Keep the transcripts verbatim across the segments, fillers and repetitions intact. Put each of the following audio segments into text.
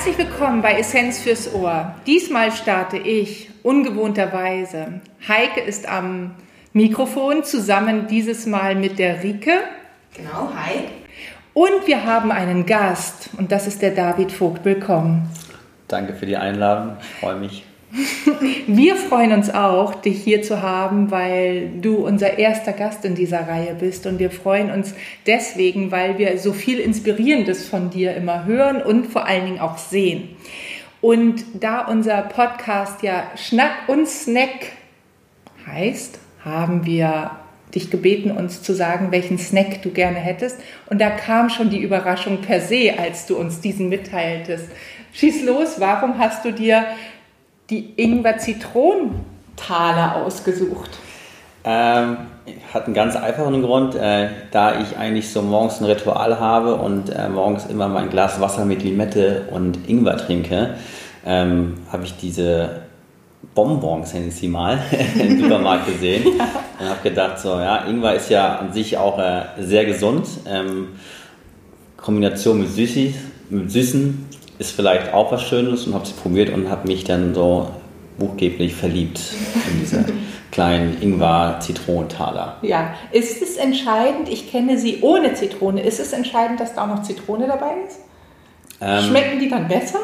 Herzlich willkommen bei Essenz fürs Ohr. Diesmal starte ich ungewohnterweise. Heike ist am Mikrofon, zusammen dieses Mal mit der Rike. Genau, hi. Und wir haben einen Gast und das ist der David Vogt. Willkommen. Danke für die Einladung, ich freue mich. Wir freuen uns auch, dich hier zu haben, weil du unser erster Gast in dieser Reihe bist. Und wir freuen uns deswegen, weil wir so viel Inspirierendes von dir immer hören und vor allen Dingen auch sehen. Und da unser Podcast ja Schnack und Snack heißt, haben wir dich gebeten, uns zu sagen, welchen Snack du gerne hättest. Und da kam schon die Überraschung per se, als du uns diesen mitteiltest. Schieß los, warum hast du dir die Ingwer-Zitronentaler ausgesucht? Ähm, hat einen ganz einfachen Grund, äh, da ich eigentlich so morgens ein Ritual habe und äh, morgens immer mein Glas Wasser mit Limette und Ingwer trinke, ähm, habe ich diese Bonbons, nenne ich sie mal, im Supermarkt gesehen ja. Und habe gedacht, so ja, Ingwer ist ja an sich auch äh, sehr gesund. Ähm, Kombination mit Süßis, mit Süßen ist vielleicht auch was Schönes und habe es probiert und habe mich dann so buchgeblich verliebt in diese kleinen Ingwer-Zitronentaler. Ja, ist es entscheidend, ich kenne sie ohne Zitrone, ist es entscheidend, dass da auch noch Zitrone dabei ist? Ähm, Schmecken die dann besser?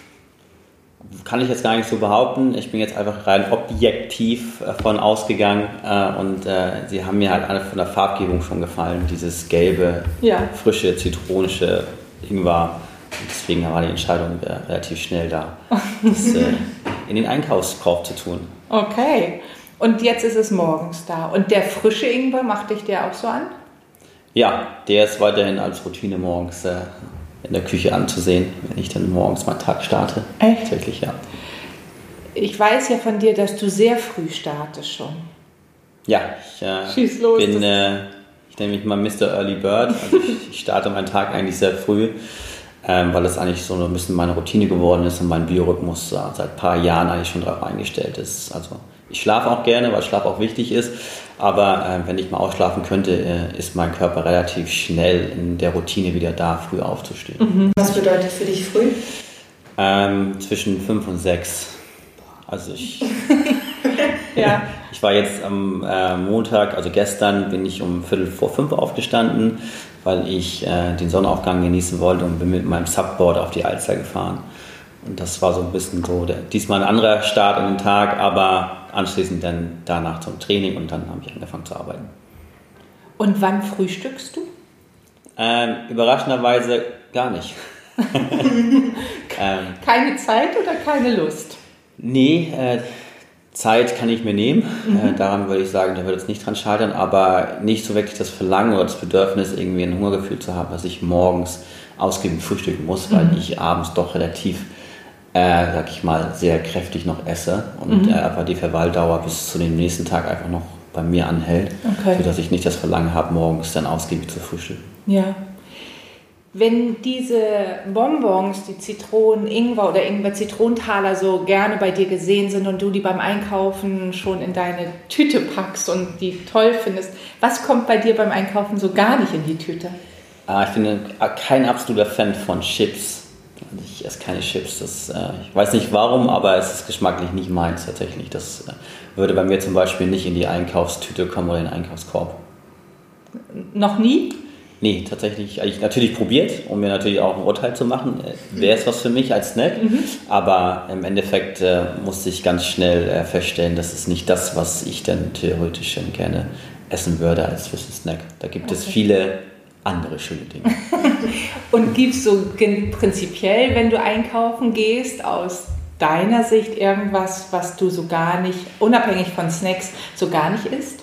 Kann ich jetzt gar nicht so behaupten. Ich bin jetzt einfach rein objektiv davon ausgegangen äh, und äh, sie haben mir halt alle von der Farbgebung schon gefallen, dieses gelbe, ja. frische, zitronische Ingwer. Deswegen war die Entscheidung äh, relativ schnell da, das äh, in den Einkaufskorb zu tun. Okay, und jetzt ist es morgens da. Und der frische Ingwer, macht dich der auch so an? Ja, der ist weiterhin als Routine morgens äh, in der Küche anzusehen, wenn ich dann morgens meinen Tag starte. Echt? Tatsächlich, ja. Ich weiß ja von dir, dass du sehr früh startest schon. Ja, ich äh, Schieß los, bin, äh, ich nenne mich mal Mister Early Bird. Also ich, ich starte meinen Tag eigentlich sehr früh. Ähm, weil das eigentlich so ein bisschen meine Routine geworden ist und mein Biorhythmus äh, seit ein paar Jahren eigentlich schon darauf eingestellt ist. Also ich schlafe auch gerne, weil Schlaf auch wichtig ist, aber äh, wenn ich mal ausschlafen könnte, äh, ist mein Körper relativ schnell in der Routine wieder da, früh aufzustehen. Mhm. Was bedeutet für dich früh? Ähm, zwischen fünf und sechs. Also ich, ja. ich war jetzt am äh, Montag, also gestern bin ich um Viertel vor fünf aufgestanden, weil ich äh, den Sonnenaufgang genießen wollte und bin mit meinem Subboard auf die Alster gefahren. Und das war so ein bisschen so, der, diesmal ein anderer Start an den Tag, aber anschließend dann danach zum Training und dann habe ich angefangen zu arbeiten. Und wann frühstückst du? Ähm, überraschenderweise gar nicht. ähm, keine Zeit oder keine Lust? Nee, äh, Zeit kann ich mir nehmen, mhm. äh, daran würde ich sagen, da wird es nicht dran scheitern, aber nicht so wirklich das Verlangen oder das Bedürfnis, irgendwie ein Hungergefühl zu haben, dass ich morgens ausgiebig frühstücken muss, weil mhm. ich abends doch relativ, äh, sag ich mal, sehr kräftig noch esse und mhm. äh, einfach die Verweildauer bis zu dem nächsten Tag einfach noch bei mir anhält, okay. sodass ich nicht das Verlangen habe, morgens dann ausgiebig zu frühstücken. Ja. Wenn diese Bonbons, die Zitronen, Ingwer oder Ingwer-Zitronentaler so gerne bei dir gesehen sind und du die beim Einkaufen schon in deine Tüte packst und die toll findest, was kommt bei dir beim Einkaufen so gar nicht in die Tüte? Ah, ich bin kein absoluter Fan von Chips. Ich esse keine Chips. Das, äh, ich weiß nicht warum, aber es ist geschmacklich nicht meins tatsächlich. Das äh, würde bei mir zum Beispiel nicht in die Einkaufstüte kommen oder in den Einkaufskorb. Noch nie? Nee, tatsächlich, ich natürlich probiert, um mir natürlich auch ein Urteil zu machen, wäre es was für mich als Snack, mhm. aber im Endeffekt äh, musste ich ganz schnell äh, feststellen, dass es nicht das, was ich dann theoretisch schon gerne essen würde als für einen Snack. Da gibt okay. es viele andere schöne Dinge. Und gibt es so prinzipiell, wenn du einkaufen gehst, aus deiner Sicht irgendwas, was du so gar nicht, unabhängig von Snacks, so gar nicht isst?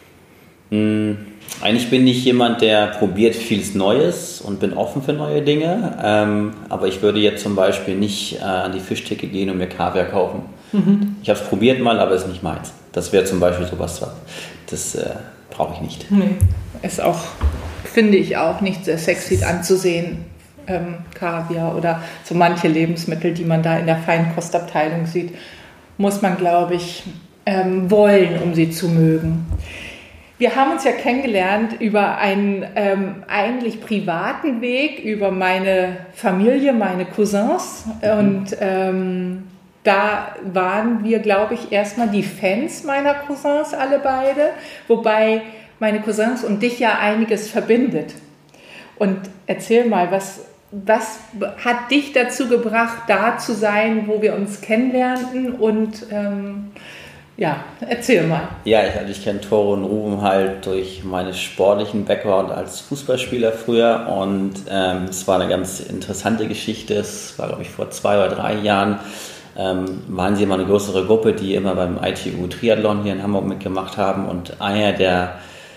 Mm. Eigentlich bin ich jemand, der probiert vieles Neues und bin offen für neue Dinge. Ähm, aber ich würde jetzt zum Beispiel nicht äh, an die Fischtheke gehen und mir Kaviar kaufen. Mhm. Ich habe es probiert mal, aber es ist nicht meins. Das wäre zum Beispiel sowas, das äh, brauche ich nicht. Nee, ist auch, finde ich auch nicht sehr sexy anzusehen. Ähm, Kaviar oder so manche Lebensmittel, die man da in der Feinkostabteilung sieht, muss man, glaube ich, ähm, wollen, um sie zu mögen. Wir haben uns ja kennengelernt über einen ähm, eigentlich privaten Weg, über meine Familie, meine Cousins. Mhm. Und ähm, da waren wir, glaube ich, erstmal die Fans meiner Cousins, alle beide. Wobei meine Cousins und dich ja einiges verbindet. Und erzähl mal, was, was hat dich dazu gebracht, da zu sein, wo wir uns kennenlernten? Und ähm, ja, erzähl mal. Ja, ich, also ich kenne Tore und Ruben halt durch meinen sportlichen Background als Fußballspieler früher. Und ähm, es war eine ganz interessante Geschichte. Es war, glaube ich, vor zwei oder drei Jahren. Ähm, waren sie immer eine größere Gruppe, die immer beim I T U Triathlon hier in Hamburg mitgemacht haben. Und einer, der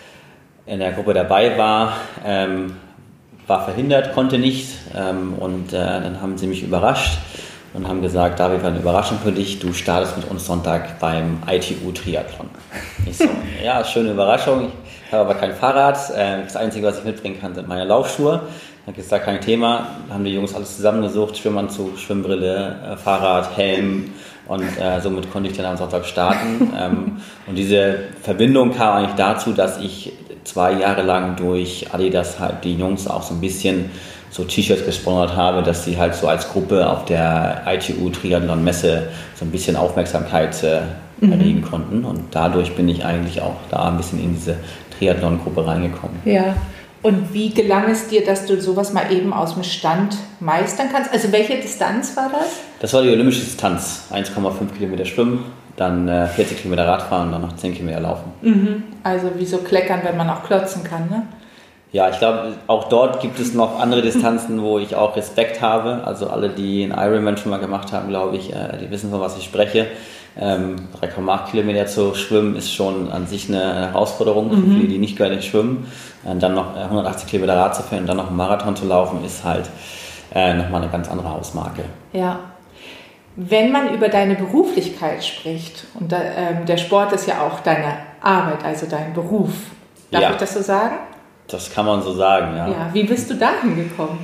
in der Gruppe dabei war, ähm, war verhindert, konnte nicht. Ähm, und äh, dann haben sie mich überrascht und haben gesagt, David, wir haben eine Überraschung für dich, du startest mit uns Sonntag beim I T U Triathlon. Ich so, ja, schöne Überraschung, ich habe aber kein Fahrrad, äh, das Einzige, was ich mitbringen kann, sind meine Laufschuhe. Dann ist da kein Thema, haben die Jungs alles zusammengesucht, Schwimmanzug, Schwimmbrille, äh, Fahrrad, Helm und äh, somit konnte ich dann am Sonntag starten. ähm, und diese Verbindung kam eigentlich dazu, dass ich zwei Jahre lang durch Adidas halt die Jungs auch so ein bisschen so T-Shirts gesponsert habe, dass sie halt so als Gruppe auf der I T U Triathlon Messe so ein bisschen Aufmerksamkeit äh, mhm. erregen konnten. Und dadurch bin ich eigentlich auch da ein bisschen in diese Triathlon-Gruppe reingekommen. Ja. Und wie gelang es dir, dass du sowas mal eben aus dem Stand meistern kannst? Also welche Distanz war das? Das war die olympische Distanz. eins Komma fünf Kilometer Schwimmen, dann äh, vierzig Kilometer Radfahren und dann noch zehn Kilometer Laufen. Mhm. Also wie so kleckern, wenn man auch klotzen kann, ne? Ja, ich glaube, auch dort gibt es noch andere Distanzen, wo ich auch Respekt habe. Also alle, die einen Ironman schon mal gemacht haben, glaube ich, äh, die wissen, von was ich spreche. Ähm, drei Komma acht Kilometer zu schwimmen ist schon an sich eine Herausforderung für viele, die nicht gerne schwimmen. Und dann noch hundertachtzig Kilometer Rad zu fahren und dann noch einen Marathon zu laufen, ist halt äh, nochmal eine ganz andere Hausmarke. Ja. Wenn man über deine Beruflichkeit spricht, und da, ähm, der Sport ist ja auch deine Arbeit, also dein Beruf, darf ja. ich das so sagen? Das kann man so sagen, ja. Ja, wie bist du dahin gekommen?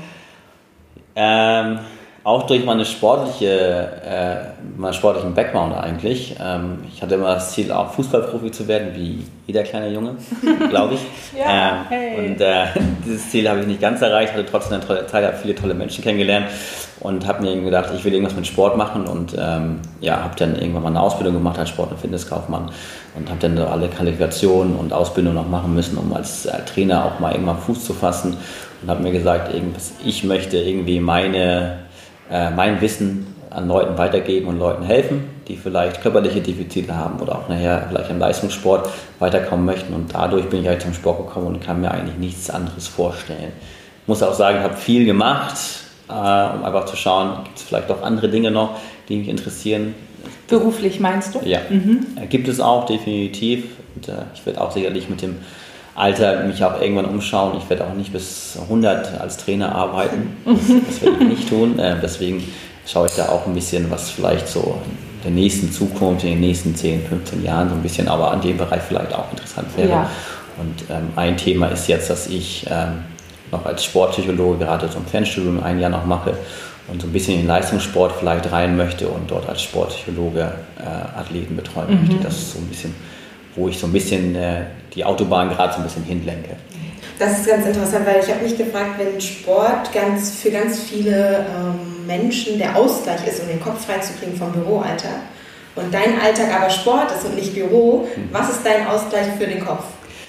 Ähm, auch durch meine sportliche, äh, meinen sportlichen Background eigentlich. Ähm, ich hatte immer das Ziel, auch Fußballprofi zu werden, wie jeder kleine Junge, glaube ich. ja, ähm, hey. Und äh, dieses Ziel habe ich nicht ganz erreicht, hatte trotzdem eine tolle Zeit, habe viele tolle Menschen kennengelernt und habe mir gedacht, ich will irgendwas mit Sport machen und ähm, ja, habe dann irgendwann mal eine Ausbildung gemacht als Sport- und Fitnesskaufmann und habe dann alle Qualifikationen und Ausbildungen noch machen müssen, um als äh, Trainer auch mal irgendwann Fuß zu fassen und habe mir gesagt, irgendwas, ich möchte irgendwie meine, äh, mein Wissen an Leuten weitergeben und Leuten helfen, die vielleicht körperliche Defizite haben oder auch nachher vielleicht im Leistungssport weiterkommen möchten und dadurch bin ich eigentlich zum Sport gekommen und kann mir eigentlich nichts anderes vorstellen. Ich muss auch sagen, ich habe viel gemacht, äh, um einfach zu schauen, gibt es vielleicht auch andere Dinge noch, die mich interessieren. Beruflich meinst du? Ja, mhm. Gibt es auch, definitiv. Und, äh, ich werde auch sicherlich mit dem Alter mich auch irgendwann umschauen. Ich werde auch nicht bis hundert als Trainer arbeiten. Das, das werde ich nicht tun. Äh, deswegen schaue ich da auch ein bisschen, was vielleicht so in der nächsten Zukunft, in den nächsten zehn, fünfzehn Jahren so ein bisschen, aber an dem Bereich vielleicht auch interessant wäre. Ja. Und ähm, ein Thema ist jetzt, dass ich ähm, noch als Sportpsychologe gerade so ein Fernstudium ein Jahr noch mache und so ein bisschen in den Leistungssport vielleicht rein möchte und dort als Sportpsychologe äh, Athleten betreuen mhm. möchte. Das ist so ein bisschen, wo ich so ein bisschen äh, die Autobahn gerade so ein bisschen hinlenke. Das ist ganz interessant, weil ich habe mich gefragt, wenn Sport ganz für ganz viele ähm, Menschen der Ausgleich ist, um den Kopf freizukriegen vom Büroalltag und dein Alltag aber Sport ist und nicht Büro, mhm. was ist dein Ausgleich für den Kopf?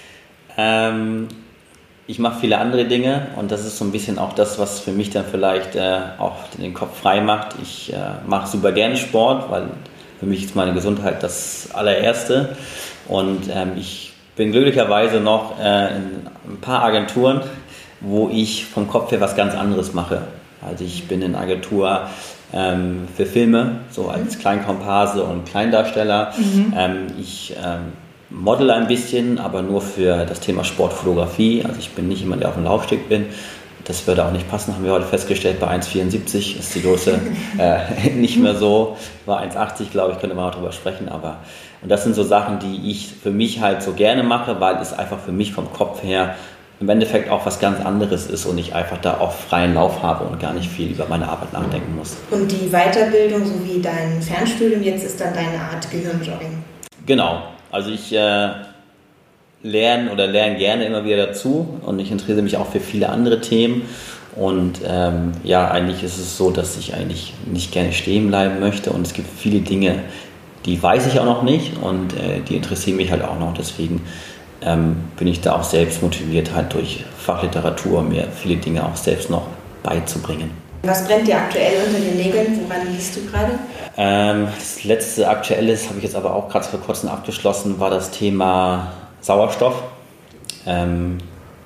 Ähm, ich mache viele andere Dinge und das ist so ein bisschen auch das, was für mich dann vielleicht äh, auch den Kopf frei macht. Ich äh, mache super gerne Sport, weil für mich ist meine Gesundheit das allererste und ähm, ich bin glücklicherweise noch äh, in ein paar Agenturen, wo ich vom Kopf her was ganz anderes mache. Also ich bin in Agentur ähm, für Filme, so als Kleinkomparse und Kleindarsteller. Mhm. Ähm, ich ähm, model ein bisschen, aber nur für das Thema Sportfotografie. Also ich bin nicht jemand, der auf dem Laufsteg bin. Das würde auch nicht passen, haben wir heute festgestellt. Bei eins Komma vierundsiebzig ist die Größe äh, nicht mehr so. War eins Komma achtzig, glaube ich, könnte man auch drüber sprechen. Aber und das sind so Sachen, die ich für mich halt so gerne mache, weil es einfach für mich vom Kopf her im Endeffekt auch was ganz anderes ist und ich einfach da auch freien Lauf habe und gar nicht viel über meine Arbeit nachdenken muss. Und die Weiterbildung sowie dein Fernstudium jetzt ist dann deine Art Gehirnjogging? Genau. Also ich äh, lerne oder lerne gerne immer wieder dazu und ich interessiere mich auch für viele andere Themen. Und ähm, ja, eigentlich ist es so, dass ich eigentlich nicht gerne stehen bleiben möchte und es gibt viele Dinge, die weiß ich auch noch nicht und äh, die interessieren mich halt auch noch. Deswegen ähm, bin ich da auch selbst motiviert, halt durch Fachliteratur mir viele Dinge auch selbst noch beizubringen. Was brennt dir aktuell unter den Nägeln? Woran liest du gerade? Ähm, das letzte Aktuelle, das habe ich jetzt aber auch gerade vor kurzem abgeschlossen, war das Thema Sauerstoff. Ähm,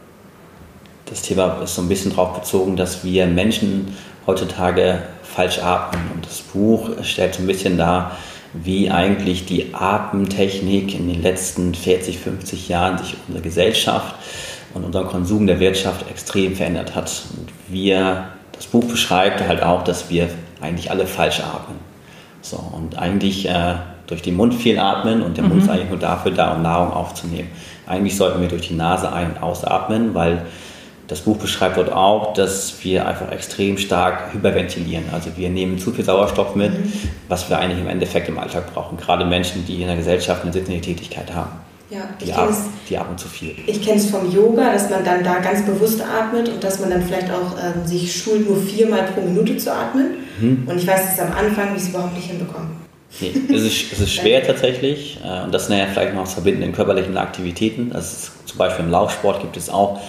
Das Thema ist so ein bisschen darauf bezogen, dass wir Menschen heutzutage falsch atmen. Und das Buch stellt so ein bisschen dar, wie eigentlich die Atemtechnik in den letzten vierzig, fünfzig Jahren sich unsere Gesellschaft und unseren Konsum der Wirtschaft extrem verändert hat. Und wir, das Buch beschreibt halt auch, dass wir eigentlich alle falsch atmen. So, und eigentlich äh, durch den Mund viel atmen und der mhm. Mund ist eigentlich nur dafür da, um Nahrung aufzunehmen. Eigentlich sollten wir durch die Nase ein- und ausatmen, weil das Buch beschreibt dort auch, dass wir einfach extrem stark hyperventilieren. Also wir nehmen zu viel Sauerstoff mit, mhm. was wir eigentlich im Endeffekt im Alltag brauchen. Gerade Menschen, die in der Gesellschaft eine sitzende Tätigkeit haben. Ja, die, atmen, die atmen zu viel. Ich kenne es vom Yoga, dass man dann da ganz bewusst atmet und dass man dann vielleicht auch ähm, sich schult, nur viermal pro Minute zu atmen. Mhm. Und ich weiß, dass es am Anfang, wie ich es überhaupt nicht hinbekommen. Nee, es ist, es ist schwer tatsächlich. Und das sind ja vielleicht noch das Verbinden in körperlichen Aktivitäten. Das ist, zum Beispiel im Laufsport gibt es auch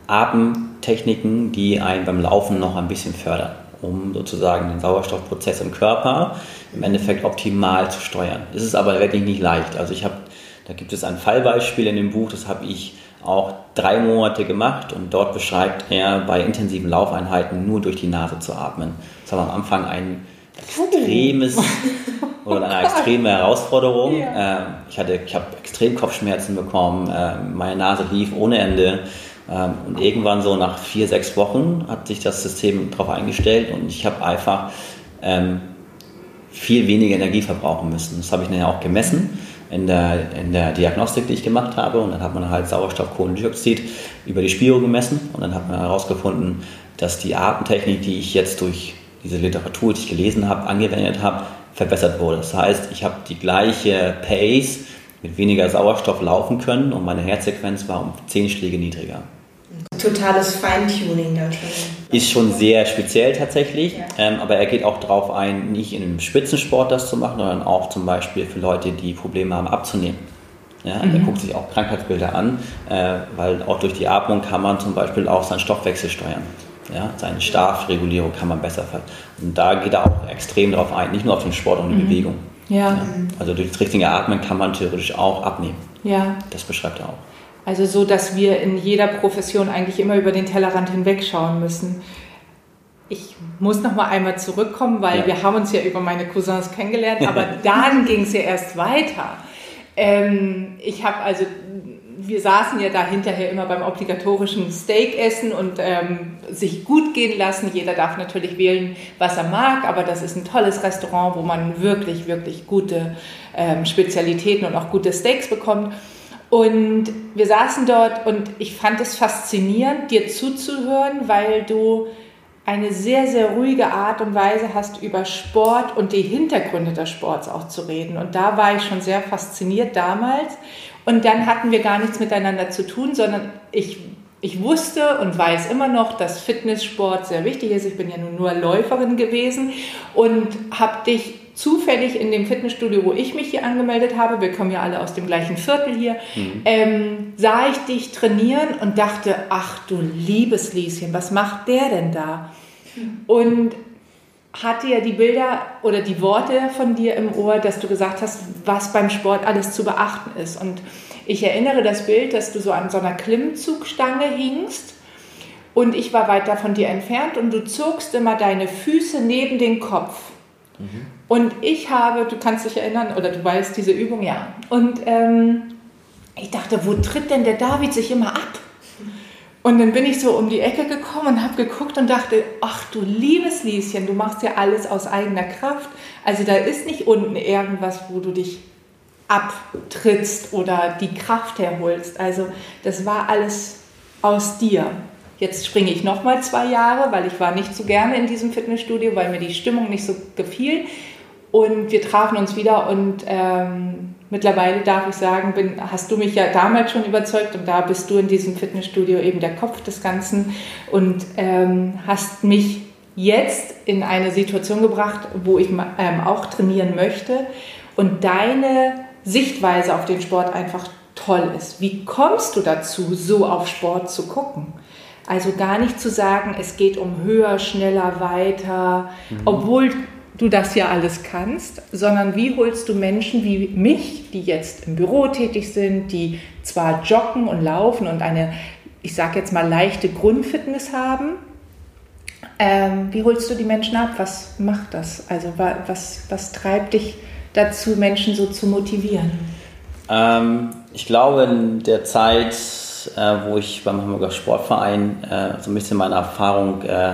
Atemtechniken, die einen beim Laufen noch ein bisschen fördern, um sozusagen den Sauerstoffprozess im Körper im Endeffekt optimal zu steuern. Es ist aber wirklich nicht leicht. Also ich habe, da gibt es ein Fallbeispiel in dem Buch, das habe ich auch drei Monate gemacht und dort beschreibt er, bei intensiven Laufeinheiten nur durch die Nase zu atmen. Das war am Anfang ein extremes oder eine extreme Herausforderung. Ja. Ich hatte, ich habe extrem Kopfschmerzen bekommen, meine Nase lief ohne Ende. Und irgendwann so nach vier, sechs Wochen hat sich das System darauf eingestellt und ich habe einfach ähm, viel weniger Energie verbrauchen müssen. Das habe ich dann ja auch gemessen in der, in der Diagnostik, die ich gemacht habe. Und dann hat man halt Sauerstoff, Kohlendioxid über die Spiro gemessen und dann hat man herausgefunden, dass die Atemtechnik, die ich jetzt durch diese Literatur, die ich gelesen habe, angewendet habe, verbessert wurde. Das heißt, ich habe die gleiche Pace mit weniger Sauerstoff laufen können und meine Herzfrequenz war um zehn Schläge niedriger. Totales Feintuning dann schon. Ist schon sehr speziell tatsächlich, ja. ähm, aber er geht auch darauf ein, nicht in einem Spitzensport das zu machen, sondern auch zum Beispiel für Leute, die Probleme haben abzunehmen. Ja, mhm. Er guckt sich auch Krankheitsbilder an, äh, weil auch durch die Atmung kann man zum Beispiel auch seinen Stoffwechsel steuern. Ja, seine Schlafregulierung kann man besser ver- Und da geht er auch extrem darauf ein, nicht nur auf den Sport und die mhm. Bewegung. Ja. Ja. Also durch das richtige Atmen kann man theoretisch auch abnehmen. Ja. Das beschreibt er auch. Also so, dass wir in jeder Profession eigentlich immer über den Tellerrand hinwegschauen müssen. Ich muss noch mal einmal zurückkommen, weil ja. wir haben uns ja über meine Cousins kennengelernt, aber dann ging es ja erst weiter. Ähm, ich habe also, wir saßen ja da hinterher immer beim obligatorischen Steakessen und ähm, sich gut gehen lassen. Jeder darf natürlich wählen, was er mag, aber das ist ein tolles Restaurant, wo man wirklich, wirklich gute ähm, Spezialitäten und auch gute Steaks bekommt. Und wir saßen dort und ich fand es faszinierend, dir zuzuhören, weil du eine sehr, sehr ruhige Art und Weise hast, über Sport und die Hintergründe des Sports auch zu reden. Und da war ich schon sehr fasziniert damals. Und dann hatten wir gar nichts miteinander zu tun, sondern ich, ich wusste und weiß immer noch, dass Fitnesssport sehr wichtig ist. Ich bin ja nun nur Läuferin gewesen und habe dich zufällig in dem Fitnessstudio, wo ich mich hier angemeldet habe, wir kommen ja alle aus dem gleichen Viertel hier, mhm. ähm, sah ich dich trainieren und dachte, ach du liebes Lieschen, was macht der denn da? Mhm. Und hatte ja die Bilder oder die Worte von dir im Ohr, dass du gesagt hast, was beim Sport alles zu beachten ist. Und ich erinnere das Bild, dass du so an so einer Klimmzugstange hingst und ich war weit da von dir entfernt und du zogst immer deine Füße neben den Kopf. Mhm. Und ich habe, du kannst dich erinnern, oder du weißt diese Übung, ja. Und ähm, ich dachte, wo tritt denn der David sich immer ab? Und dann bin ich so um die Ecke gekommen und habe geguckt und dachte, ach du liebes Lieschen, du machst ja alles aus eigener Kraft. Also da ist nicht unten irgendwas, wo du dich abtrittst oder die Kraft herholst. Also das war alles aus dir. Jetzt springe ich nochmal zwei Jahre, weil ich war nicht so gerne in diesem Fitnessstudio, weil mir die Stimmung nicht so gefiel. Und wir trafen uns wieder und ähm, mittlerweile darf ich sagen, bin, hast du mich ja damals schon überzeugt und da bist du in diesem Fitnessstudio eben der Kopf des Ganzen und ähm, hast mich jetzt in eine Situation gebracht, wo ich ähm, auch trainieren möchte und deine Sichtweise auf den Sport einfach toll ist. Wie kommst du dazu, so auf Sport zu gucken? Also gar nicht zu sagen, es geht um höher, schneller, weiter, mhm. obwohl du das ja alles kannst, sondern wie holst du Menschen wie mich, die jetzt im Büro tätig sind, die zwar joggen und laufen und eine, ich sage jetzt mal, leichte Grundfitness haben, ähm, wie holst du die Menschen ab? Was macht das? Also was, was treibt dich dazu, Menschen so zu motivieren? Ähm, ich glaube, in der Zeit, äh, wo ich beim Hamburger Sportverein äh, so ein bisschen meine Erfahrung äh,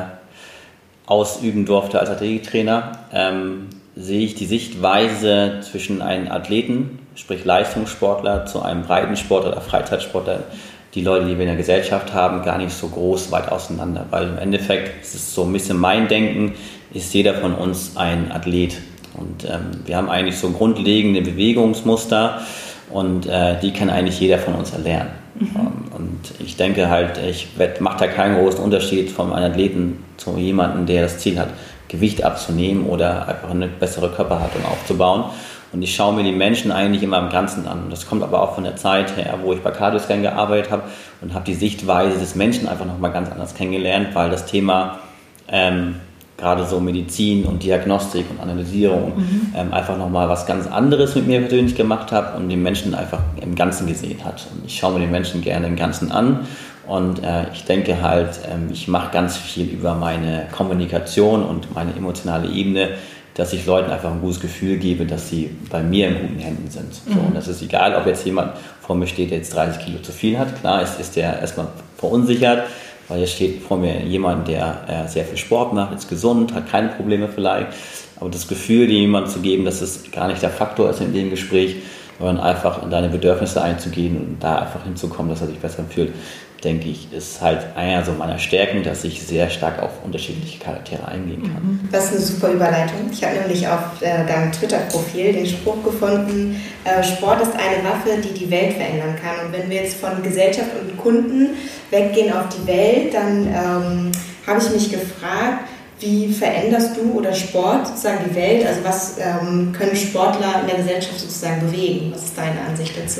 ausüben durfte als Athletiktrainer, ähm, sehe ich die Sichtweise zwischen einem Athleten, sprich Leistungssportler, zu einem Breitensportler oder Freizeitsportler, die Leute, die wir in der Gesellschaft haben, gar nicht so groß weit auseinander. Weil im Endeffekt ist es so ein bisschen mein Denken, ist jeder von uns ein Athlet. Und ähm, wir haben eigentlich so grundlegende Bewegungsmuster und äh, die kann eigentlich jeder von uns erlernen. Mhm. Um, und ich denke halt, ich mache da keinen großen Unterschied von einem Athleten zu jemandem, der das Ziel hat, Gewicht abzunehmen oder einfach eine bessere Körperhaltung aufzubauen. Und ich schaue mir die Menschen eigentlich immer im Ganzen an. Das kommt aber auch von der Zeit her, wo ich bei Cardioscan gearbeitet habe und habe die Sichtweise des Menschen einfach nochmal ganz anders kennengelernt, weil das Thema ähm, gerade so Medizin und Diagnostik und Analysierung mhm. ähm, einfach nochmal was ganz anderes mit mir persönlich gemacht hat und den Menschen einfach im Ganzen gesehen hat. Und ich schaue mir den Menschen gerne im Ganzen an und äh, ich denke halt, ähm, ich mache ganz viel über meine Kommunikation und meine emotionale Ebene, dass ich Leuten einfach ein gutes Gefühl gebe, dass sie bei mir in guten Händen sind. So, mhm. Und das ist egal, ob jetzt jemand vor mir steht, der jetzt dreißig Kilo zu viel hat. Klar ist, ist der erstmal verunsichert, weil jetzt steht vor mir jemand, der äh, sehr viel Sport macht, ist gesund, hat keine Probleme vielleicht. Aber das Gefühl, dir jemandem zu geben, dass es gar nicht der Faktor ist in dem Gespräch, sondern einfach in deine Bedürfnisse einzugehen und da einfach hinzukommen, dass er sich besser fühlt, denke ich, ist halt einer so meiner Stärken, dass ich sehr stark auf unterschiedliche Charaktere eingehen kann. Das ist eine super Überleitung. Ich habe nämlich auf äh, deinem Twitter-Profil den Spruch gefunden, äh, Sport ist eine Waffe, die die Welt verändern kann. Und wenn wir jetzt von Gesellschaft und Kunden weggehen auf die Welt, dann ähm, habe ich mich gefragt, wie veränderst du oder Sport sozusagen die Welt? Also was ähm, können Sportler in der Gesellschaft sozusagen bewegen? Was ist deine Ansicht dazu?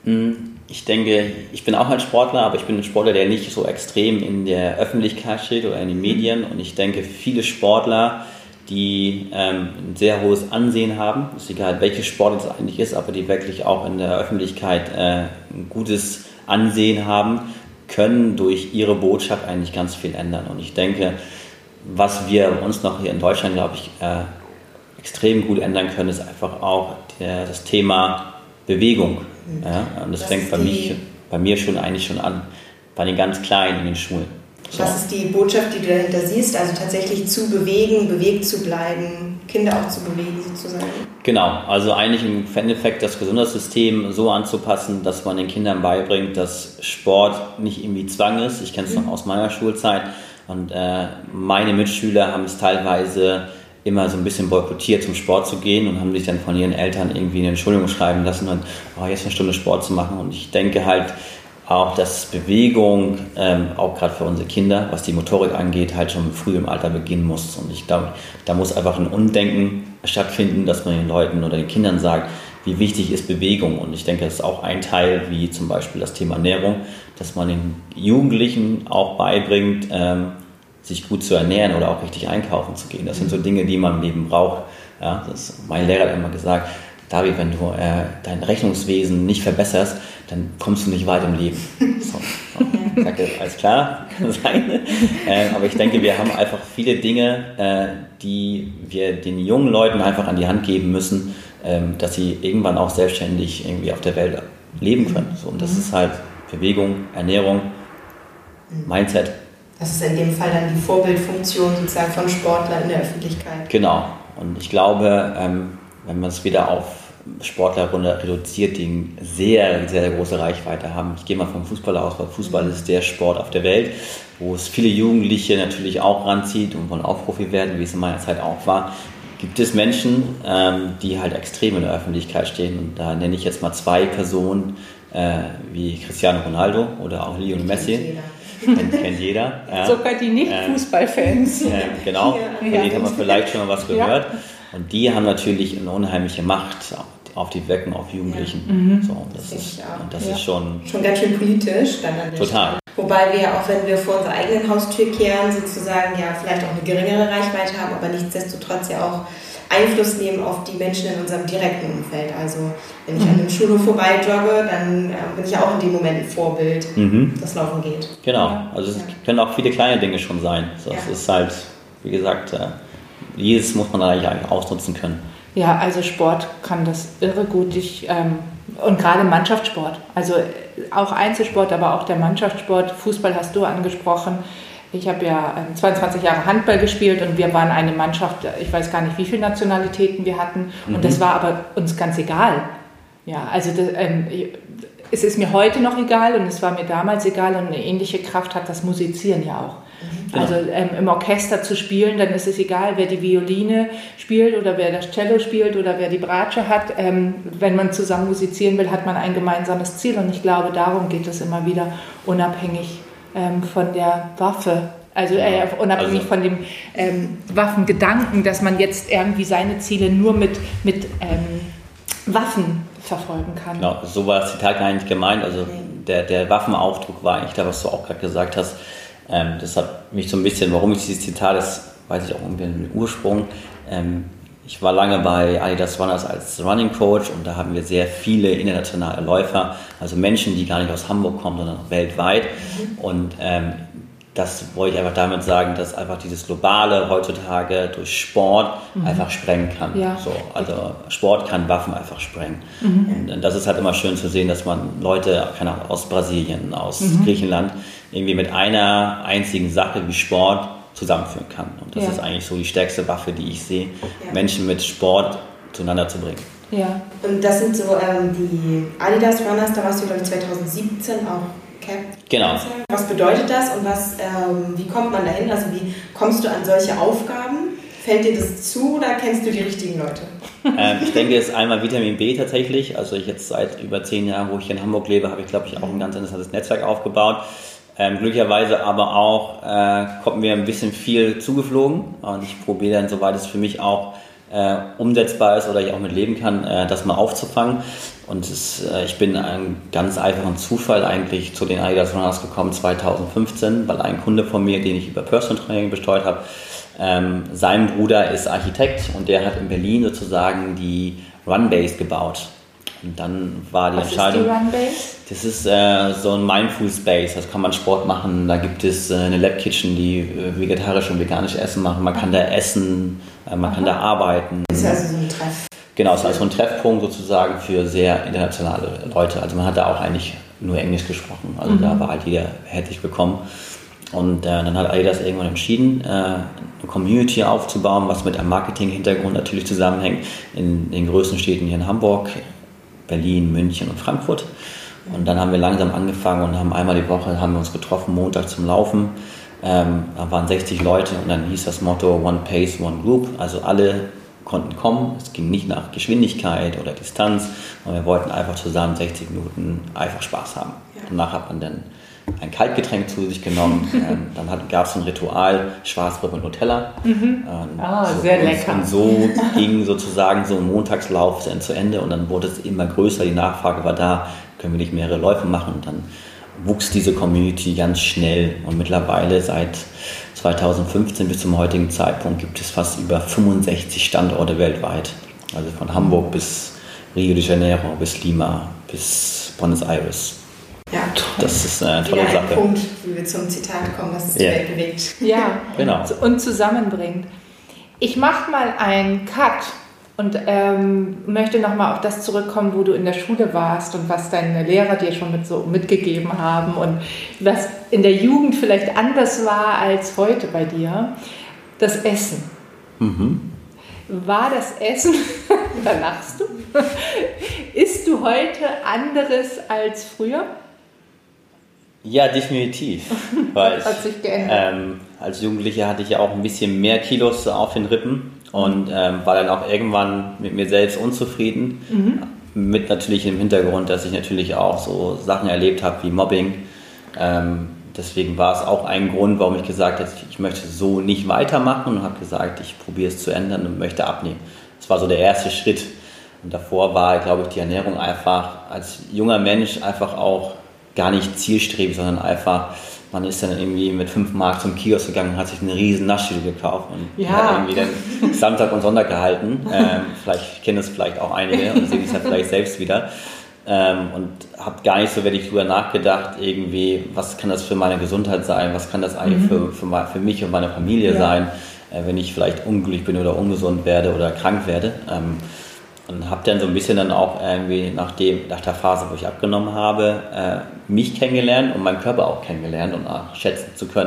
Ich denke, ich bin auch ein Sportler, aber ich bin ein Sportler, der nicht so extrem in der Öffentlichkeit steht oder in den Medien. Und ich denke, viele Sportler, die ähm, ein sehr hohes Ansehen haben, ist egal, welches Sport es eigentlich ist, aber die wirklich auch in der Öffentlichkeit äh, ein gutes Ansehen haben, können durch ihre Botschaft eigentlich ganz viel ändern. Und ich denke, was wir uns noch hier in Deutschland, glaube ich, äh, extrem gut ändern können, ist einfach auch der, das Thema Bewegung. Ja? Und das, das fängt bei, mich, bei mir schon eigentlich schon an, bei den ganz Kleinen in den Schulen. So. Was ist die Botschaft, die du dahinter siehst? Also tatsächlich zu bewegen, bewegt zu bleiben, Kinder auch zu bewegen sozusagen? Genau, also eigentlich im Endeffekt das Gesundheitssystem so anzupassen, dass man den Kindern beibringt, dass Sport nicht irgendwie Zwang ist. Ich kenne es mhm. noch aus meiner Schulzeit. Und äh, meine Mitschüler haben es teilweise immer so ein bisschen boykottiert, zum Sport zu gehen und haben sich dann von ihren Eltern irgendwie eine Entschuldigung schreiben lassen und oh, jetzt eine Stunde Sport zu machen. Und ich denke halt auch, dass Bewegung, ähm, auch gerade für unsere Kinder, was die Motorik angeht, halt schon früh im Alter beginnen muss. Und ich glaube, da muss einfach ein Umdenken stattfinden, dass man den Leuten oder den Kindern sagt, wie wichtig ist Bewegung. Und ich denke, das ist auch ein Teil, wie zum Beispiel das Thema Ernährung, dass man den Jugendlichen auch beibringt, ähm, sich gut zu ernähren oder auch richtig einkaufen zu gehen. Das sind so Dinge, die man im Leben braucht. Ja, das, mein Lehrer hat immer gesagt, David, wenn du äh, dein Rechnungswesen nicht verbesserst, dann kommst du nicht weit im Leben. So, so. Ich sage, alles klar, kann sein. Äh, aber ich denke, wir haben einfach viele Dinge, äh, die wir den jungen Leuten einfach an die Hand geben müssen, äh, dass sie irgendwann auch selbstständig irgendwie auf der Welt leben können. So, und das ist halt Bewegung, Ernährung, Mindset. Das ist in dem Fall dann die Vorbildfunktion sozusagen von Sportlern in der Öffentlichkeit. Genau. Und ich glaube, ähm, wenn man es wieder auf Sportler runter reduziert, die eine sehr, sehr, sehr große Reichweite haben. Ich gehe mal vom Fußball aus, weil Fußball ist der Sport auf der Welt, wo es viele Jugendliche natürlich auch ranzieht und wollen auch Profi werden, wie es in meiner Zeit auch war. gibt es Menschen, ähm, die halt extrem in der Öffentlichkeit stehen. Und da nenne ich jetzt mal zwei Personen, äh, wie Cristiano Ronaldo oder auch Lionel Messi. Kennt, kennt jeder. Ja. Sogar die Nicht-Fußballfans. Äh, äh, genau, von denen haben wir vielleicht schon mal was gehört. Ja. Und die haben natürlich eine unheimliche Macht auf die Wirkung auf Jugendlichen. Ja. Mhm. So, das das ist, und das ja. ist schon... Schon ganz schön politisch dann an der Total. Stelle. Wobei wir, auch wenn wir vor unserer eigenen Haustür kehren, sozusagen ja vielleicht auch eine geringere Reichweite haben, aber nichtsdestotrotz ja auch Einfluss nehmen auf die Menschen in unserem direkten Umfeld. Also wenn ich mhm. an einem Schulhof vorbei jogge, dann äh, bin ich ja auch in dem Moment ein Vorbild, mhm. das Laufen geht. Genau, also es ja. können auch viele kleine Dinge schon sein. Das ja. ist halt, wie gesagt, äh, jedes muss man eigentlich ausnutzen können. Ja, also Sport kann das irre gut. Ich, ähm, und gerade Mannschaftssport, also auch Einzelsport, aber auch der Mannschaftssport. Fußball hast du angesprochen. Ich habe ja ähm, zweiundzwanzig Jahre Handball gespielt und wir waren eine Mannschaft, ich weiß gar nicht, wie viele Nationalitäten wir hatten. Und mhm. das war aber uns ganz egal. Ja, also das, ähm, es ist mir heute noch egal und es war mir damals egal und eine ähnliche Kraft hat das Musizieren ja auch. Mhm. Also ähm, im Orchester zu spielen, dann ist es egal, wer die Violine spielt oder wer das Cello spielt oder wer die Bratsche hat. Ähm, wenn man zusammen musizieren will, hat man ein gemeinsames Ziel und ich glaube, darum geht es immer wieder, unabhängig ähm, von der Waffe. Also äh, unabhängig also. von dem ähm, Waffengedanken, dass man jetzt irgendwie seine Ziele nur mit, mit ähm, Waffen verfolgen kann. Genau, so war das Zitat gar nicht gemeint. Also der, der Waffenaufdruck war eigentlich da, was du auch gerade gesagt hast. Ähm, das hat mich so ein bisschen, warum ich dieses Zitat, das weiß ich auch irgendwie den Ursprung. Ähm, ich war lange bei Adidas Runners als Running Coach und da haben wir sehr viele internationale Läufer, also Menschen, die gar nicht aus Hamburg kommen, sondern auch weltweit. Mhm. Und ähm, das wollte ich einfach damit sagen, dass einfach dieses Globale heutzutage durch Sport mhm. einfach sprengen kann. Ja. So, also Sport kann Waffen einfach sprengen. Mhm. Und das ist halt immer schön zu sehen, dass man Leute, keine Ahnung, aus Brasilien, aus mhm. Griechenland, irgendwie mit einer einzigen Sache wie Sport zusammenführen kann. Und das ja. ist eigentlich so die stärkste Waffe, die ich sehe, ja. Menschen mit Sport zueinander zu bringen. Ja. Und das sind so ähm, die Adidas Runners, da warst du, glaube ich, zwanzig siebzehn auch. Genau. Was bedeutet das und was, ähm, wie kommt man dahin? Also wie kommst du an solche Aufgaben? Fällt dir das zu oder kennst du die richtigen Leute? Ähm, ich denke, es ist einmal Vitamin B tatsächlich. Also ich jetzt seit über zehn Jahren, wo ich in Hamburg lebe, habe ich, glaube ich, auch ein ganz interessantes Netzwerk aufgebaut. Ähm, glücklicherweise aber auch äh, kommt mir ein bisschen viel zugeflogen und ich probiere dann, soweit es für mich auch äh, umsetzbar ist oder ich auch mit leben kann, äh, das mal aufzufangen. Und es, äh, ich bin einen ganz einfachen Zufall eigentlich zu den Adidas Runners gekommen zwanzig fünfzehn, weil ein Kunde von mir, den ich über Personal Training besteuert habe, ähm, sein Bruder ist Architekt und der hat in Berlin sozusagen die Runbase gebaut. Und dann war die Was Entscheidung. Was ist die Runbase? Das ist äh, so ein Mindful Space, da kann man Sport machen, da gibt es äh, eine Lab Kitchen, die äh, vegetarisch und veganisch Essen machen, man kann da essen, äh, man Aha. kann da arbeiten. Das ist also so ein Treff. Genau, es ist also ein Treffpunkt sozusagen für sehr internationale Leute, also man hat da auch eigentlich nur Englisch gesprochen, also mhm. da war halt jeder herzlich willkommen. Und äh, dann hat Adidas irgendwann entschieden, äh, eine Community aufzubauen, was mit einem Marketing-Hintergrund natürlich zusammenhängt, in den größten Städten hier in Hamburg, Berlin, München und Frankfurt. Und dann haben wir langsam angefangen und haben einmal die Woche haben wir uns getroffen, Montag zum Laufen. Ähm, da waren sechzig Leute und dann hieß das Motto One Pace, One Group. Also alle konnten kommen. Es ging nicht nach Geschwindigkeit oder Distanz. Und wir wollten einfach zusammen sechzig Minuten einfach Spaß haben. Ja. Danach hat man dann ein Kaltgetränk zu sich genommen. ähm, dann gab es ein Ritual, Schwarzbrot mit Nutella. Mhm. Ähm, ah, so, sehr lecker. Und so ging sozusagen so ein Montagslauf zu Ende und dann wurde es immer größer, die Nachfrage war da, können wir nicht mehrere Läufe machen und dann wuchs diese Community ganz schnell und mittlerweile seit zwanzig fünfzehn bis zum heutigen Zeitpunkt gibt es fast über fünfundsechzig Standorte weltweit. Also von Hamburg bis Rio de Janeiro, bis Lima, bis Buenos Aires. Ja, das ist eine tolle Sache. Ein Punkt, wie wir zum Zitat kommen, dass es die yeah. Welt bewegt. Ja, genau. Und zusammenbringt. Ich mache mal einen Cut und ähm, möchte nochmal auf das zurückkommen, wo du in der Schule warst und was deine Lehrer dir schon mit so mitgegeben haben und was in der Jugend vielleicht anders war als heute bei dir. Das Essen. Mhm. War das Essen, da lachst du, isst du heute anderes als früher? Ja, definitiv. Weil hat sich geändert. Ähm, als Jugendlicher hatte ich ja auch ein bisschen mehr Kilos auf den Rippen und ähm, war dann auch irgendwann mit mir selbst unzufrieden. Mhm. Mit natürlich im Hintergrund, dass ich natürlich auch so Sachen erlebt habe wie Mobbing. Ähm, deswegen war es auch ein Grund, warum ich gesagt habe, ich möchte so nicht weitermachen und habe gesagt, ich probiere es zu ändern und möchte abnehmen. Das war so der erste Schritt. Und davor war, glaube ich, die Ernährung einfach als junger Mensch einfach auch gar nicht zielstrebig, sondern einfach, man ist dann irgendwie mit fünf Mark zum Kiosk gegangen und hat sich eine riesen Naschtüte gekauft und ja. hat irgendwie dann Samstag und Sonntag gehalten. Ähm, vielleicht kennen es vielleicht auch einige und sehen es ja vielleicht selbst wieder. Ähm, und habe gar nicht so wirklich drüber nachgedacht, irgendwie, was kann das für meine Gesundheit sein, was kann das eigentlich mhm. für, für, für mich und meine Familie ja. sein, äh, wenn ich vielleicht unglücklich bin oder ungesund werde oder krank werde. Ähm, Und habe dann so ein bisschen dann auch irgendwie nach, dem, nach der Phase, wo ich abgenommen habe, äh, mich kennengelernt und meinen Körper auch kennengelernt und auch schätzen zu können,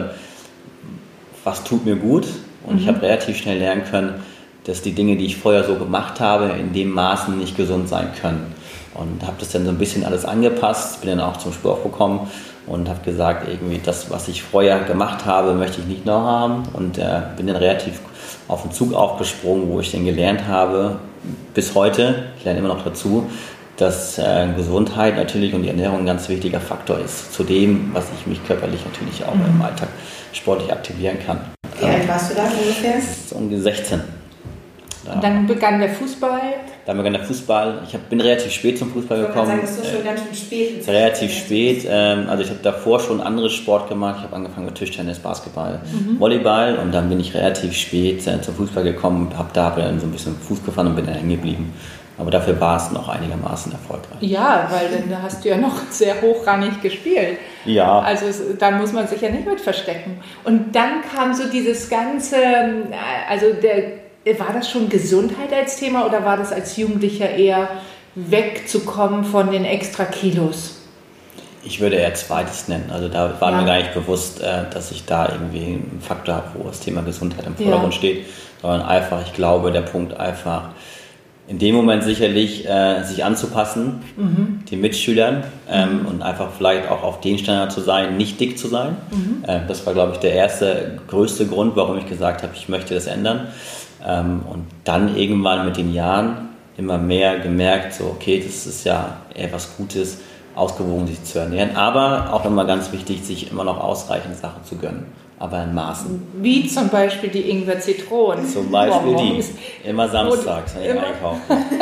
was tut mir gut. Und mhm. ich habe relativ schnell lernen können, dass die Dinge, die ich vorher so gemacht habe, in dem Maßen nicht gesund sein können. Und habe das dann so ein bisschen alles angepasst, bin dann auch zum Sport gekommen und habe gesagt, irgendwie das, was ich vorher gemacht habe, möchte ich nicht noch haben. Und äh, bin dann relativ auf den Zug aufgesprungen, wo ich dann gelernt habe, bis heute, ich lerne immer noch dazu, dass äh, Gesundheit natürlich und die Ernährung ein ganz wichtiger Faktor ist, zu dem, was ich mich körperlich natürlich auch mhm. im Alltag sportlich aktivieren kann. Wie alt warst du da ungefähr? So ungefähr sechzehn. Da. Und dann begann der Fußball? Dann begann der Fußball. Ich hab, bin relativ spät zum Fußball gekommen. Ich würde sagen, das ist schon ganz schön spät. Relativ spät. Ähm, also ich habe davor schon anderes Sport gemacht. Ich habe angefangen mit Tischtennis, Basketball, mhm. Volleyball und dann bin ich relativ spät äh, zum Fußball gekommen, habe da dann so ein bisschen Fuß gefahren und bin dann hängen geblieben. Aber dafür war es noch einigermaßen erfolgreich. Ja, weil dann hast du ja noch sehr hochrangig gespielt. Ja. Also es, da muss man sich ja nicht mit verstecken. Und dann kam so dieses ganze, also der war das schon Gesundheit als Thema oder war das als Jugendlicher eher wegzukommen von den extra Kilos? Ich würde eher zweites nennen. Also da war ja. mir gar nicht bewusst, dass ich da irgendwie einen Faktor habe, wo das Thema Gesundheit im Vordergrund ja. steht, sondern einfach, ich glaube, der Punkt einfach, in dem Moment sicherlich äh, sich anzupassen, mhm. den Mitschülern ähm, mhm. und einfach vielleicht auch auf den Standard zu sein, nicht dick zu sein. Mhm. Äh, das war, glaube ich, der erste, größte Grund, warum ich gesagt habe, ich möchte das ändern. Ähm, und dann irgendwann mit den Jahren immer mehr gemerkt, so okay, das ist ja eher was Gutes, ausgewogen sich zu ernähren, aber auch immer ganz wichtig, sich immer noch ausreichend Sachen zu gönnen, aber in Maßen. Wie zum Beispiel die Ingwer-Zitronen. Zum Beispiel Boah, die, immer samstags, wenn ich einkaufe.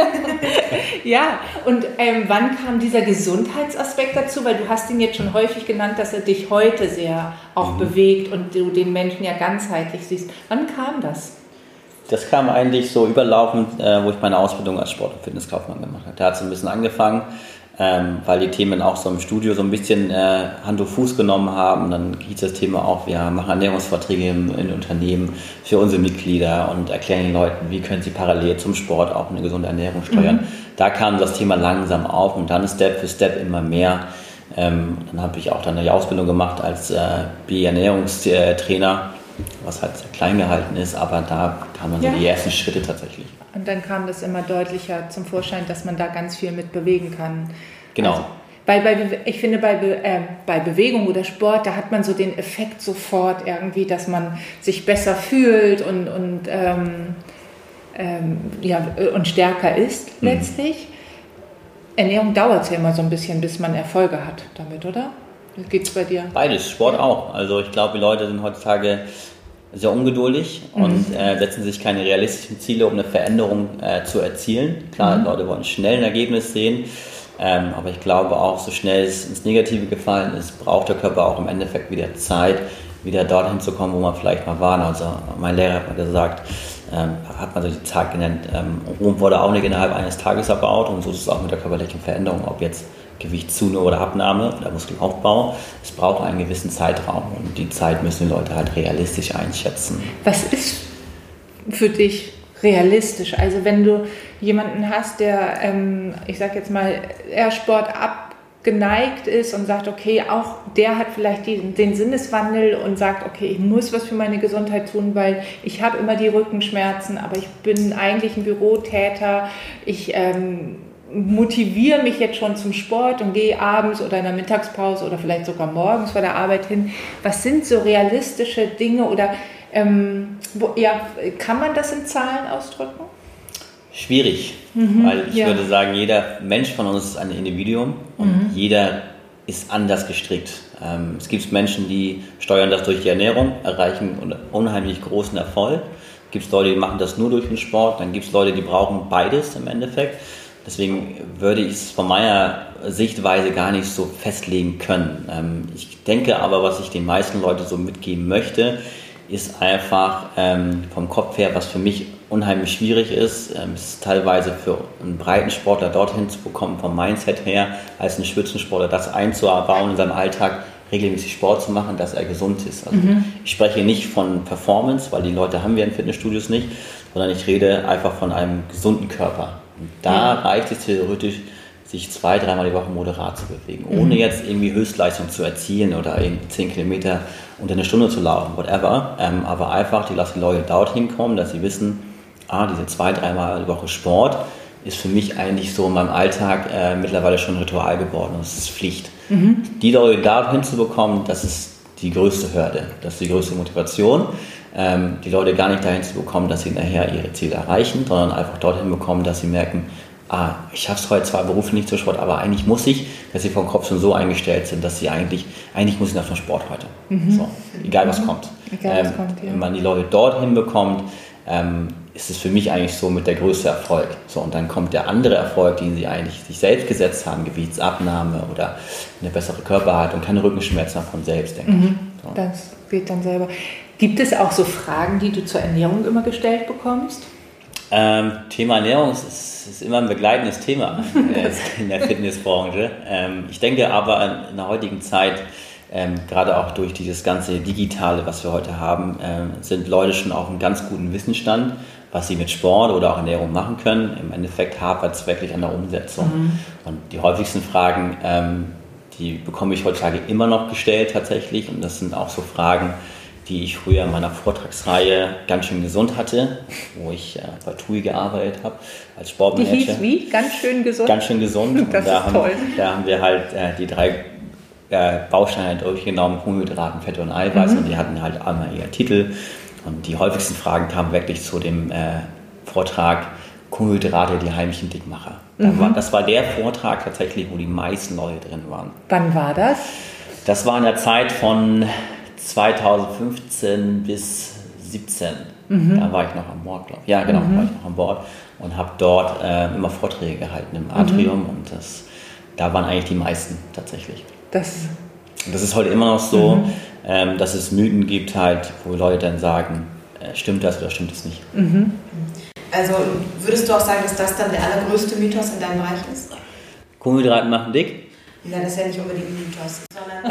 Ja, und ähm, wann kam dieser Gesundheitsaspekt dazu? Weil du hast ihn jetzt schon häufig genannt, dass er dich heute sehr auch mhm. bewegt und du den Menschen ja ganzheitlich siehst. Wann kam das? Das kam eigentlich so überlaufend, äh, wo ich meine Ausbildung als Sport- und Fitnesskaufmann gemacht habe. Da hat es ein bisschen angefangen, ähm, weil die Themen auch so im Studio so ein bisschen äh, Hand und Fuß genommen haben. Und dann hieß das Thema auch, wir machen Ernährungsverträge in, in Unternehmen für unsere Mitglieder und erklären den Leuten, wie können sie parallel zum Sport auch eine gesunde Ernährung steuern. Mhm. Da kam das Thema langsam auf und dann Step für Step immer mehr. Ähm, dann habe ich auch dann eine Ausbildung gemacht als äh, B-Ernährungstrainer, was halt sehr klein gehalten ist, aber da kamen dann ja. so die ersten Schritte tatsächlich. Und dann kam das immer deutlicher zum Vorschein, dass man da ganz viel mit bewegen kann. Genau. Also, bei, bei, ich finde, bei, äh, bei Bewegung oder Sport, da hat man so den Effekt sofort irgendwie, dass man sich besser fühlt und, und, ähm, ähm, ja, und stärker ist letztlich. Mhm. Ernährung dauert es ja immer so ein bisschen, bis man Erfolge hat damit, oder? Wie geht's bei dir? Beides, Sport auch. Also ich glaube, die Leute sind heutzutage sehr ungeduldig mhm. und äh, setzen sich keine realistischen Ziele, um eine Veränderung äh, zu erzielen. Klar, mhm. Leute wollen schnell ein Ergebnis sehen, ähm, aber ich glaube auch, so schnell es ins Negative gefallen ist, braucht der Körper auch im Endeffekt wieder Zeit, wieder dorthin zu kommen, wo man vielleicht mal war. Also mein Lehrer hat mal gesagt, ähm, hat man so die Zahl genannt, ähm, Rom wurde auch nicht innerhalb eines Tages erbaut und so ist es auch mit der körperlichen Veränderung, ob jetzt Gewichtszunahme oder Abnahme oder Muskelaufbau. Es braucht einen gewissen Zeitraum und die Zeit müssen die Leute halt realistisch einschätzen. Was ist für dich realistisch? Also wenn du jemanden hast, der, ähm, ich sag jetzt mal, eher Sport abgeneigt ist und sagt, okay, auch der hat vielleicht die, den Sinneswandel und sagt, okay, ich muss was für meine Gesundheit tun, weil ich habe immer die Rückenschmerzen, aber ich bin eigentlich ein Bürotäter, ich ähm, motiviere mich jetzt schon zum Sport und gehe abends oder in der Mittagspause oder vielleicht sogar morgens vor der Arbeit hin. Was sind so realistische Dinge oder Ähm, wo, ja, kann man das in Zahlen ausdrücken? Schwierig, Mhm, weil ich ja. würde sagen, jeder Mensch von uns ist ein Individuum und Mhm. jeder ist anders gestrickt. Ähm, es gibt Menschen, die steuern das durch die Ernährung, erreichen einen unheimlich großen Erfolg. Es gibt Leute, die machen das nur durch den Sport. Dann gibt es Leute, die brauchen beides im Endeffekt. Deswegen würde ich es von meiner Sichtweise gar nicht so festlegen können. Ähm, ich denke aber, was ich den meisten Leuten so mitgeben möchte, ist einfach ähm, vom Kopf her, was für mich unheimlich schwierig ist. Ähm, es ist teilweise für einen Breitensportler dorthin zu bekommen, vom Mindset her, als einen Spitzensportler, das einzubauen in seinem Alltag, regelmäßig Sport zu machen, dass er gesund ist. Also mhm. Ich spreche nicht von Performance, weil die Leute haben wir in Fitnessstudios nicht, sondern ich rede einfach von einem gesunden Körper. Und da mhm. reicht es theoretisch, sich zwei, dreimal die Woche moderat zu bewegen, ohne mhm. jetzt irgendwie Höchstleistung zu erzielen oder irgendwie zehn Kilometer unter eine Stunde zu laufen, whatever. Ähm, aber einfach, die lassen die Leute dorthin kommen, dass sie wissen, ah, diese zwei, dreimal die Woche Sport ist für mich eigentlich so in meinem Alltag äh, mittlerweile schon ein Ritual geworden und es ist Pflicht. Mhm. Die Leute dorthin zu bekommen, das ist die größte Hürde, das ist die größte Motivation. Ähm, die Leute gar nicht dahin zu bekommen, dass sie nachher ihre Ziele erreichen, sondern einfach dorthin bekommen, dass sie merken, ah, ich schaffe es heute zwar beruflich nicht zur Sport, aber eigentlich muss ich, dass sie vom Kopf schon so eingestellt sind, dass sie eigentlich, eigentlich muss ich nach dem Sport heute. Mhm. So, egal was mhm. kommt. Egal, ähm, was kommt ja. Wenn man die Leute dorthin bekommt, ähm, ist es für mich eigentlich so mit der größte Erfolg. So, und dann kommt der andere Erfolg, den sie eigentlich sich selbst gesetzt haben, Gewichtsabnahme oder eine bessere Körperhaltung, keine Rückenschmerzen von selbst, denke mhm. ich. So. Das wird dann selber. Gibt es auch so Fragen, die du zur Ernährung immer gestellt bekommst? Ähm, Thema Ernährung ist, ist immer ein begleitendes Thema in der Fitnessbranche. Ähm, ich denke aber in der heutigen Zeit, ähm, gerade auch durch dieses ganze Digitale, was wir heute haben, ähm, sind Leute schon auf einem ganz guten Wissensstand, was sie mit Sport oder auch Ernährung machen können. Im Endeffekt hapert es wirklich an der Umsetzung. Mhm. Und die häufigsten Fragen, ähm, die bekomme ich heutzutage immer noch gestellt tatsächlich. Und das sind auch so Fragen, die ich früher in meiner Vortragsreihe ganz schön gesund hatte, wo ich äh, bei T U I gearbeitet habe als Sportmanager. Die hieß wie? Ganz schön gesund? Ganz schön gesund. Das und da ist haben, toll. Da haben wir halt äh, die drei äh, Bausteine durchgenommen, Kohlenhydraten, Fette und Eiweiß, mhm. und die hatten halt einmal ihren Titel. Und die häufigsten Fragen kamen wirklich zu dem äh, Vortrag Kohlenhydrate, die heimlichen Dickmacher. Mhm. War, das war der Vortrag tatsächlich, wo die meisten Leute drin waren. Wann war das? Das war in der Zeit von zweitausendfünfzehn bis siebzehn. Mhm. Da war ich noch an Bord, glaube ich. Ja, genau, mhm. war ich noch an Bord und habe dort äh, immer Vorträge gehalten im Atrium mhm. und das, da waren eigentlich die meisten tatsächlich. Das, das ist heute immer noch so, mhm. ähm, dass es Mythen gibt halt, wo Leute dann sagen, äh, stimmt das oder stimmt es nicht. Mhm. Also würdest du auch sagen, dass das dann der allergrößte Mythos in deinem Bereich ist? Kohlenhydrate machen dick? Ja, das ist ja nicht unbedingt ein Mythos, sondern,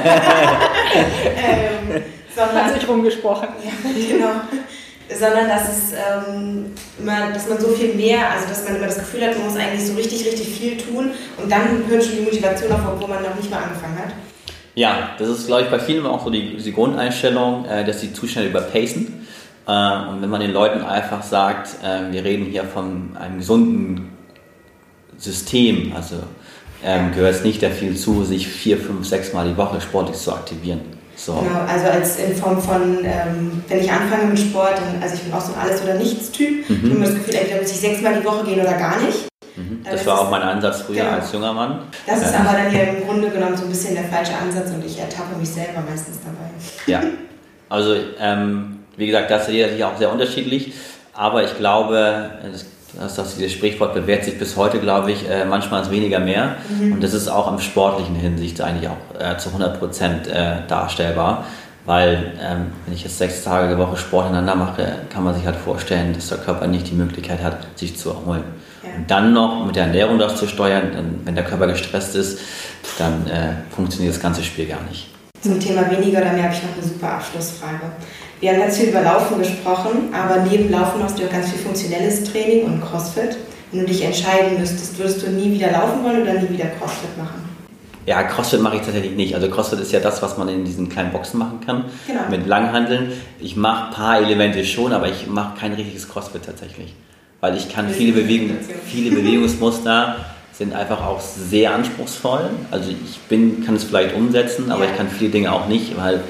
ähm, sondern hat sich rumgesprochen. Ja, genau. Sondern dass es ähm, immer, dass man so viel mehr, also dass man immer das Gefühl hat, man muss eigentlich so richtig, richtig viel tun und dann hört schon die Motivation auf, obwohl man noch nicht mal angefangen hat. Ja, das ist, glaube ich, bei vielen auch so die, die Grundeinstellung, äh, dass sie zu schnell überpacen. Äh, und wenn man den Leuten einfach sagt, äh, wir reden hier von einem gesunden System, also ähm, gehört es nicht da viel zu, sich vier, fünf, sechs Mal die Woche sportlich zu aktivieren. So. Genau, also als in Form von, ähm, wenn ich anfange mit Sport, dann, also ich bin auch so ein Alles-oder-Nichts-Typ. Mhm. Ich habe immer das Gefühl, entweder muss ich sechsmal die Woche gehen oder gar nicht. Mhm. Das, das war auch mein Ansatz früher genau. als junger Mann. Das ist aber dann ja im Grunde genommen so ein bisschen der falsche Ansatz und ich ertappe mich selber meistens dabei. Ja, also ähm, wie gesagt, das ist sicherlich auch sehr unterschiedlich, aber ich glaube, das Das, das, dieses Sprichwort bewährt sich bis heute, glaube ich, äh, manchmal als weniger mehr. Mhm. Und das ist auch im sportlichen Hinsicht eigentlich auch äh, zu hundert Prozent äh, darstellbar. Weil, ähm, wenn ich jetzt sechs Tage die Woche Sport hintereinander mache, kann man sich halt vorstellen, dass der Körper nicht die Möglichkeit hat, sich zu erholen. Ja. Und dann noch mit der Ernährung das zu steuern, dann, wenn der Körper gestresst ist, dann äh, funktioniert das ganze Spiel gar nicht. Zum Thema weniger oder mehr habe ich noch eine super Abschlussfrage. Wir haben ganz viel über Laufen gesprochen, aber neben Laufen hast du auch ganz viel funktionelles Training und Crossfit. Wenn du dich entscheiden müsstest, würdest du nie wieder laufen wollen oder nie wieder Crossfit machen? Ja, Crossfit mache ich tatsächlich nicht. Also Crossfit ist ja das, was man in diesen kleinen Boxen machen kann, genau. mit Langhanteln. Ich mache ein paar Elemente schon, aber ich mache kein richtiges Crossfit tatsächlich. Weil ich kann viele, Bewegung, viele Bewegungsmuster sind einfach auch sehr anspruchsvoll. Also ich bin, kann es vielleicht umsetzen, aber ja. ich kann viele Dinge auch nicht, weil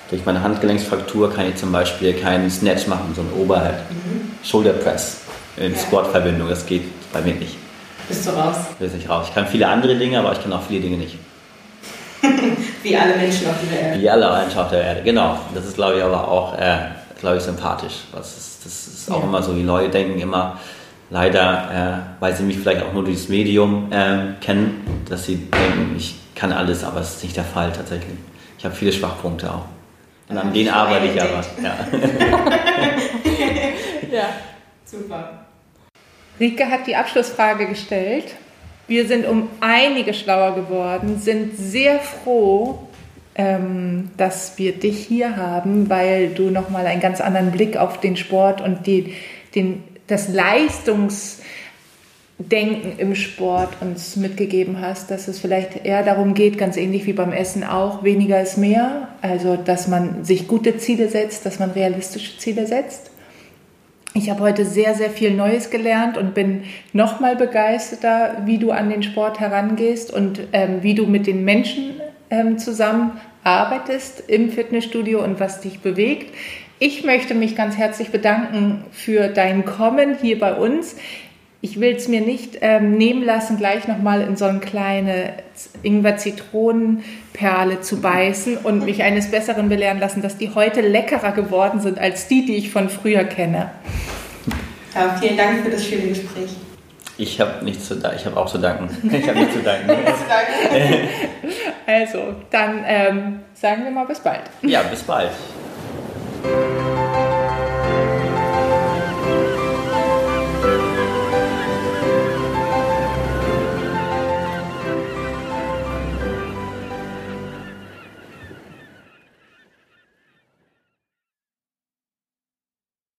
Durch meine Handgelenksfraktur kann ich zum Beispiel keinen Snatch machen, so einen Ober-Shoulder-Press in Ja. Squat-Verbindung. Das geht bei mir nicht. Bist du raus? Bin ich raus. Ich kann viele andere Dinge, aber ich kann auch viele Dinge nicht. Wie alle Menschen auf dieser Erde. Wie alle Menschen auf der Erde, genau. Das ist, glaube ich, aber auch, äh, glaube ich, sympathisch. Das ist, das ist auch Ja. immer so, die Leute denken immer, leider, äh, weil sie mich vielleicht auch nur durch das Medium äh, kennen, dass sie denken, ich kann alles, aber es ist nicht der Fall tatsächlich. Ich habe viele Schwachpunkte auch. Und an Ja, denen ich arbeite ich entdeckt. aber. Ja. Ja. Super. Rike hat die Abschlussfrage gestellt. Wir sind um einige schlauer geworden, sind sehr froh, ähm, dass wir dich hier haben, weil du nochmal einen ganz anderen Blick auf den Sport und die, den, das Leistungsdenken im Sport uns mitgegeben hast, dass es vielleicht eher darum geht, ganz ähnlich wie beim Essen auch, weniger ist mehr. Also, dass man sich gute Ziele setzt, dass man realistische Ziele setzt. Ich habe heute sehr, sehr viel Neues gelernt und bin nochmal begeisterter, wie du an den Sport herangehst und ähm, wie du mit den Menschen ähm, zusammenarbeitest im Fitnessstudio und was dich bewegt. Ich möchte mich ganz herzlich bedanken für dein Kommen hier bei uns. Ich will es mir nicht ähm, nehmen lassen, gleich nochmal in so eine kleine Ingwer-Zitronenperle zu beißen und mich eines Besseren belehren lassen, dass die heute leckerer geworden sind als die, die ich von früher kenne. Ja, vielen Dank für das schöne Gespräch. Ich habe nichts zu danken. Ich habe auch zu danken. Ich habe nichts zu danken. Also, dann ähm, sagen wir mal bis bald. Ja, bis bald.